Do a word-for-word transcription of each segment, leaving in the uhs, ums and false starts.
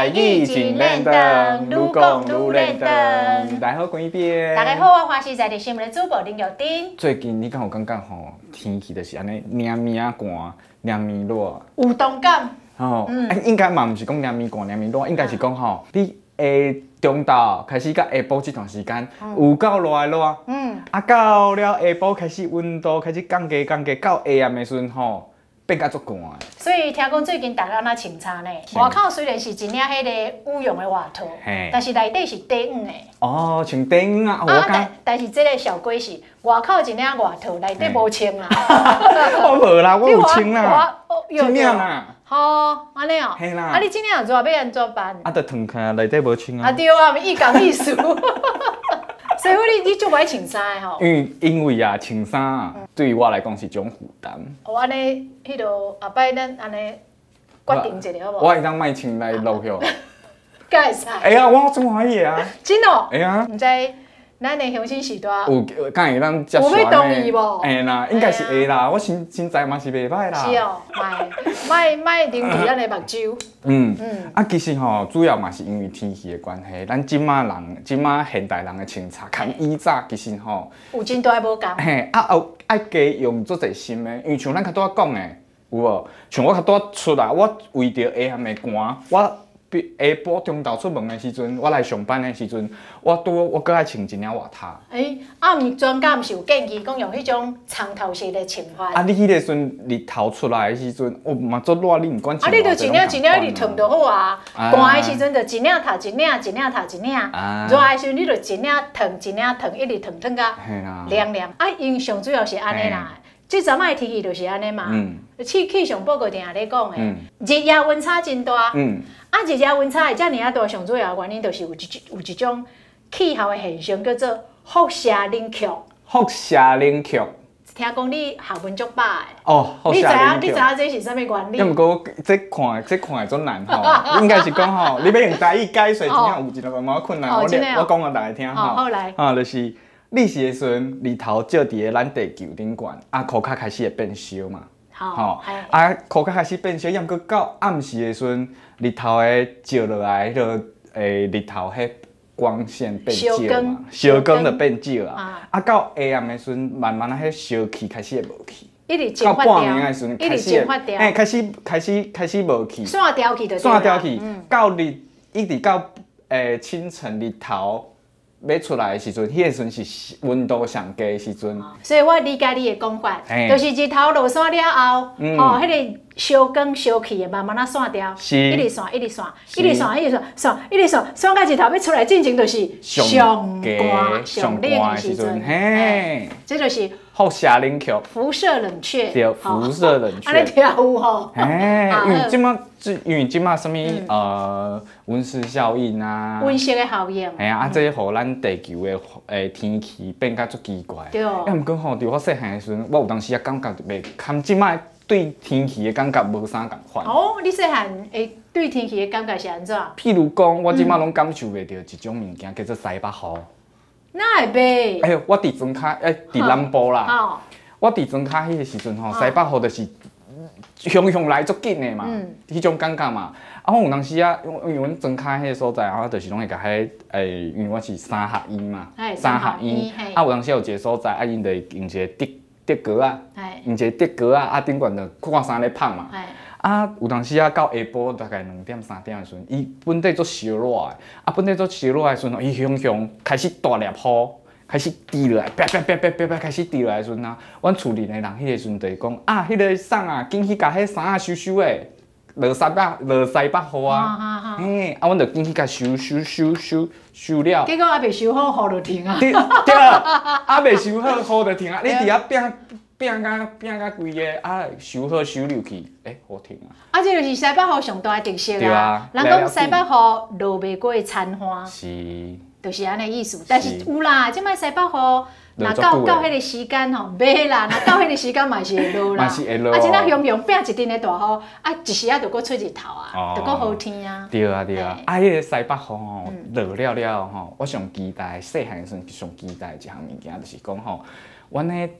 台语真认真，愈讲愈认真。大家好，关一边。 大家好，我花西在地新闻的主播林玉丁。 最近你敢有感觉吼，天气就是安尼，黏绵啊寒，黏绵热。 有同感。 哦，嗯，应该嘛，毋是讲黏绵寒、黏绵热，应该是讲吼，你下中昼开始到下晡这段时间，有够热的热。嗯。啊，到了下晡开始温度开始降低降低，到下暗的时阵吼。变甲足寒的， 所以听讲最近大家那穿衫呢，外口虽然是一领迄个羽绒的外套，但是内底是低温的。 哦，穿低温啊！ 啊，但但是这个小鬼是外口一领外套，内底无穿啦。 我无啦，我有穿啦， 一领啦。 好，安尼哦。 嘿啦。 啊，你今领热要安怎办？ 啊，着脱开内底无穿啊。 啊对啊，伊讲意思。所以你你就爱穿衫的吼。 因为因为啊，穿衫啊，对于我来讲是种负担。 哦，安尼，迄落后摆咱安尼决定一下好无？ 我会当卖穿来落去。 敢会使？ 哎呀，我真欢喜啊！ 真哦。 哎呀。 唔知咱的乡亲时代有敢会当接受有要同意无？ 哎啦，应该是会啦。我身身材嘛是袂歹啦。 是哦，卖卖卖凝住咱的目睭。 嗯嗯。啊，其实吼，主要嘛是因为天气的关系，咱即马人即马现代人的穿插，跟以早其实吼有真大无共。 嘿，啊后爱加用做侪心的，因为像咱较拄仔讲的，有无？像我较拄仔出来，我为着下暗的寒，我下晡中昼出门的时阵，我来上班的时阵，我拄我搁爱穿一领外套。 诶，啊，毋专家毋是有建议讲用迄种长头式的穿法？ 啊，你迄个时阵日头出来的时阵，哦嘛做热，你毋管穿。 啊，你就一领一领日烫就好啊。寒的时阵就一领头一领，一领头一领。热的时阵你就一领烫一领烫，一直烫烫到凉凉。啊，因上主要是安尼啦。即阵仔的天气就是安尼嘛。气气象报告定下咧讲的，日夜温差真大。啊，日夜温差会遮尔啊大，上主要的原因就是有一有一种气候的现象叫做辐射冷却。 辐射冷却。 听讲你学文足饱的。 哦，辐射冷却。 你知影？你知影这是啥物原理？ 要毋过这看这看会足难吼，应该是讲吼，你要用台语解说，真正有一个蛮困难。我我讲互大家听吼。 好来。 啊，就是日时的时阵，日头照伫个咱地球顶悬，啊，裤脚开始会变烧嘛。 吼， 啊，裤脚开始变烧，抑毋过到暗时的时阵，日头会照落来，迄个诶日头迄光线变少嘛，烧光就变少啊。啊，到下暗的时阵，慢慢啊，迄烧气开始会无去。 一直蒸发掉， 到半暝的时阵开始会，诶，开始开始开始无去。 散掉去就对啦。 散掉去，到日一直到诶清晨日头。要出来的时阵，迄个时阵是温度上低的时阵。 所以我理解你的讲法，就是日头落山了后，吼，迄个烧光烧气的慢慢啊散掉，一直散，一直散，一直散，一直散，散，一直散，散到日头要出来进前，就是上寒、上冷的时阵。嘿，这就是辐射冷却。 辐射冷却。 对，辐射冷却。 安尼听有吼。 嘿，因为即马，因为即马什物呃温室效应啊。 温室的效应。 嘿啊，啊，这互咱地球的诶天气变甲足奇怪。 对。 要毋过吼，伫我细汉的时阵，我有当时也感觉袂，含即摆对天气的感觉无啥共款。 哦，你细汉诶对天气的感觉是安怎？ 譬如讲，我即摆拢感受袂到一种物件叫做西北风。 哪会袂？ 哎呦，我伫庄卡，诶，伫南部啦。我伫庄卡迄个时阵吼，西北风就是汹汹来足紧的嘛，迄种感觉嘛。啊，我有当时啊，因为阮庄卡迄个所在啊，就是拢会甲迄诶，因为我是三合院嘛，三合院。啊，有当时有一个所在，啊，因就用一个竹竹竿啊，用一个竹竿啊，啊，顶悬就看衫咧晒嘛。啊，有当时啊，到下晡大概两点三点的时阵，伊本地做烧热的，啊，本地做烧热的时阵，伊汹汹开始大粒雨，开始滴落来，啪啪啪啪啪啪开始滴落来的时阵啊，阮厝里的人迄个时阵就讲啊，迄个送啊，紧去甲迄衫啊收收的，落西北落西北雨啊，嘿，啊，阮就紧去甲收收收收收了。 结果还袂收好，雨就停啊。 对，啊，未收好，雨就停啊，你伫遐拼。拼甲拼甲规个啊，收好收入去，诶，好停啊！ 啊，这就是西北雨上大的特色啊。人讲西北雨落袂过残花， 是， 就是安尼意思。但是有啦，即摆西北雨，若到到迄个时间吼，袂啦，若到迄个时间嘛是会落啦。嘛是会落。啊，即摆雄雄拼一阵的大雨，啊，一时啊就搁出日头啊，就搁好天啊。 对啊对啊，啊，迄个西北雨吼落了了吼，我上期待细汉时阵上期待一项物件，就是讲吼，阮迄。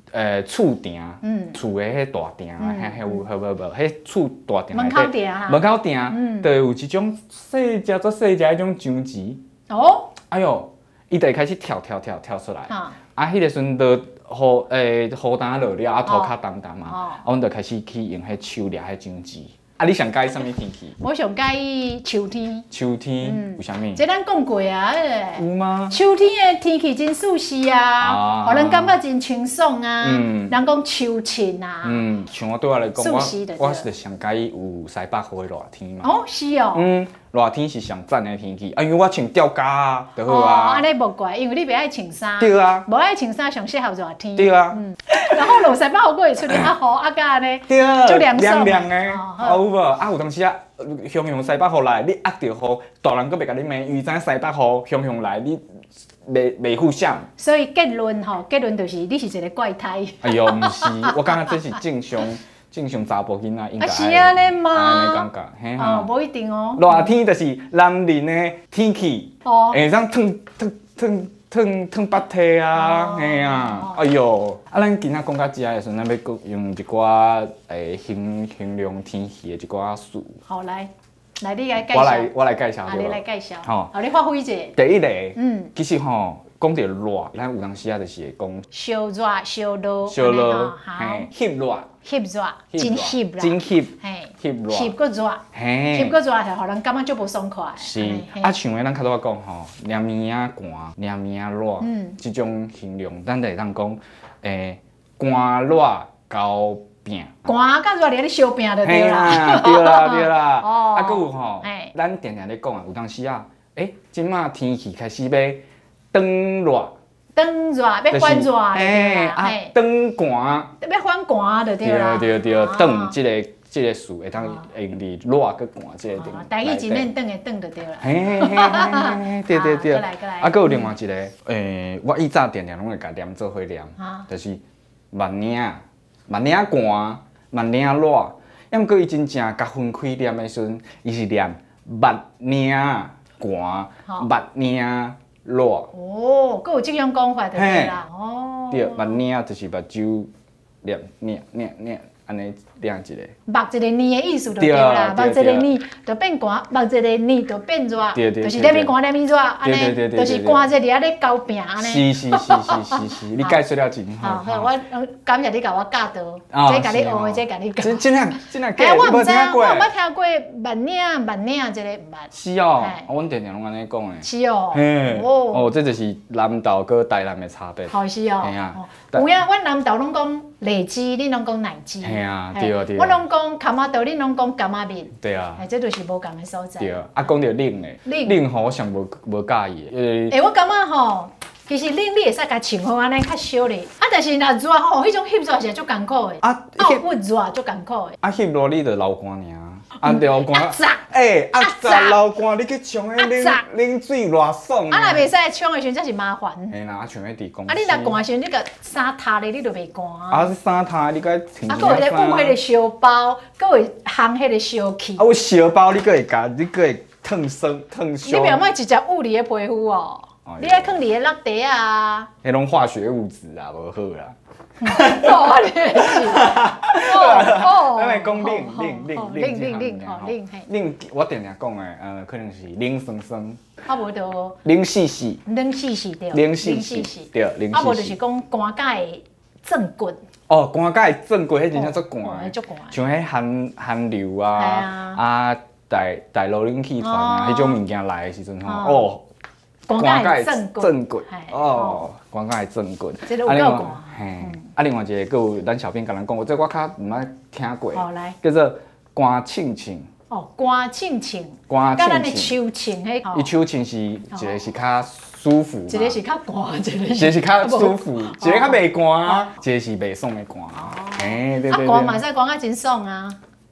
诶厝埕，嗯，厝诶迄大埕啊，迄迄有，好无无，迄厝大埕门口埕啊， 门口埕，嗯，就有一种细只做细只迄种姜子。哦。哎呦，伊就会开始跳跳跳跳出来。啊。啊，迄个时阵就雨诶雨凼落了，啊涂骹澹澹嘛，啊，阮就开始去用迄手掠迄姜子。啊，你上介意什么天气？ 我上介意秋天。 秋天，为啥物？ 这咱讲过啊， 有吗？ 秋天的天气真舒适啊，互人感觉真清爽啊。嗯。人讲秋晴啊。嗯， 像我对我来讲，我我是上介意有西北风的热天嘛。 哦，是哦。嗯， 热天是上赞的天气，啊，因为我穿吊嘎啊，就好啊。 哦，安尼无怪，因为你袂爱穿衫。 对啊。 无爱穿衫上适合热天。 对啊。 嗯。然后落西北风，佫会出来啊雨啊，甲安尼。 对啊。 就凉爽。 凉凉的。有无？啊，有当时啊，汹涌西北风来，你压着雨，大人佫袂甲你骂，因为知西北风汹涌来，你袂袂负伤。 所以结论吼，结论就是你是一个怪胎。 哎呦，毋是，我感觉这是正常。正常查甫囡仔应该是安尼吗？ 安尼感觉，嘿哈。哦，无一定哦。 热天就是男人的天气，会当烫烫烫烫烫白体啊，嘿啊。哎呦，啊，咱今仔讲到这的时阵，咱要搁用一寡诶形形容天气的一寡词。 好，来，来你来介绍。 我来，我来介绍。 啊，你来介绍。好，好，你发挥者。 第一个，嗯，其实吼。讲到热，咱有当时啊，就是会讲烧热、烧热、 烧热，嘿，翕热、 翕热，真翕啦， 真翕， 嘿， 翕热， 翕个热，嘿，翕个热就互人感觉足无爽快。 是，啊，像诶，咱较早讲吼，凉面啊寒，凉面啊热，嗯，即种形容，咱就会当讲，诶，寒热交拼。 寒甲热，你烧拼就对啦。对啦，对啦。哦。啊，佫有吼，咱定定咧讲啊，有当时啊，诶，即马天气开始要。当热， 当热要反热， 哎啊，当寒， 要反寒就对啦。 对对对，当即个即个词会当用伫热佮寒即个定。 台语真免当的当就对啦。 嘿嘿嘿，对对对。啊，佫有另外一个，诶，我以早定定拢会甲念做伙念，就是万领万领寒，万领热。要毋过伊真正甲分开念的时阵，伊是念万领寒，万领。热哦，佫有这种讲法就对啦。哦， 对，目领就是目睭捏捏捏捏，安尼亮一个。 目一个捏的意思就对啦，目一个捏就变寒，目一个捏就变热，就是两面寒两面热，安尼就是寒这里啊咧交拼安尼。是是是是是是，你解说了真好。 好，我感谢你甲我教导，这甲你学的，这甲你教。 真真正真正假，我无听过，我冇听过目领目领这个目。 是哦，阮定定拢安尼讲的。 是哦。 哦哦，这就是南投跟台南的差别。 好是哦。系啊。有影，阮南投拢讲荔枝，恁拢讲奶枝。 系啊，对啊对啊。 我拢讲卡马豆，恁拢讲柑仔面。 对啊。 哎，这就是无共的所在。 对啊，啊讲到冷的，冷吼我上无无介意的。诶，我感觉吼，其实冷你会使甲穿好安尼较少咧，啊，但是若热吼，迄种翕热是足艰苦的。啊，不热足艰苦的。 啊，翕热你着流汗尔。啊，流汗。诶，啊杂流汗，你去冲迄冷冷水偌爽。 啊，若袂使冲的时阵，才是麻烦。 嘿啦，啊，像迄伫公司。 啊，你若寒的时阵，你甲衫塌咧，你就袂寒。 啊，衫塌，你该穿。 啊，佫会咧捂迄个烧包，佫会烘迄个烧气。 啊，有烧包，你佫会甲，你佫会烫酸烫烧。 你袂买直接捂伫个皮肤哦，你爱放伫个落地啊。 迄种化学物质啊，无好啦。 哦，你是。 哦哦。咱来讲冷冷冷冷冷冷哦冷嘿。 冷，我定定讲诶，呃，可能是冷酸酸。 啊，无就。 冷死死。 冷死死对。 冷死死对，冷死死。 啊，无就是讲寒甲的正骨。 哦，寒甲的正骨，迄真正足寒。 足寒。 像迄寒寒流啊，啊，大大陆冷气团啊，迄种物件来的时阵吼，哦。 寒甲的正骨。 正骨。哦，寒甲的正骨。 这都有够嘿。啊，另外一个，佫有咱小编甲咱讲过，这我较毋捌听过， 哦来， 叫做寒庆庆。 哦，寒庆庆。 寒庆庆。 甲咱的秋庆迄。 伊秋庆是一个是较舒服， 一个是较寒，一个一个是较舒服，一个较袂寒，一个是袂爽的寒。嘿，对对对。 啊，寒嘛使寒啊真爽啊！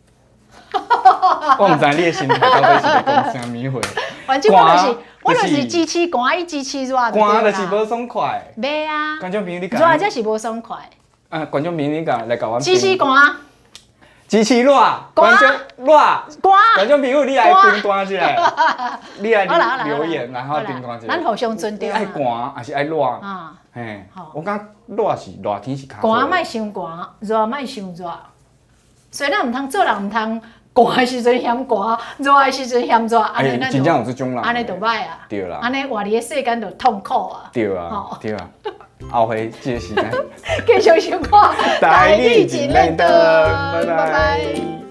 我毋知你的心态到底是在讲啥物货。 反正我就是，我就是支持寒，伊支持热。寒就是无爽快。 袂啊。 观众朋友你讲。 热才是无爽快。 啊，观众朋友你讲来甲我。 支持寒。 支持热，观众热，观众朋友你来评断一下，你来留言，然后评断一下。 咱互相尊重。 爱寒还是爱热？啊，嘿，我感热是热天是较。 寒莫伤寒，热莫伤热。所以咱唔通做人唔通寒的时阵嫌寒，热的时阵嫌热，安尼咱就真正有这种人， 安尼就歹啊。 对啦， 安尼活伫个世间就痛苦啊。 对啊，对啊。后回这个时间， 继续收看台语真认真，拜拜。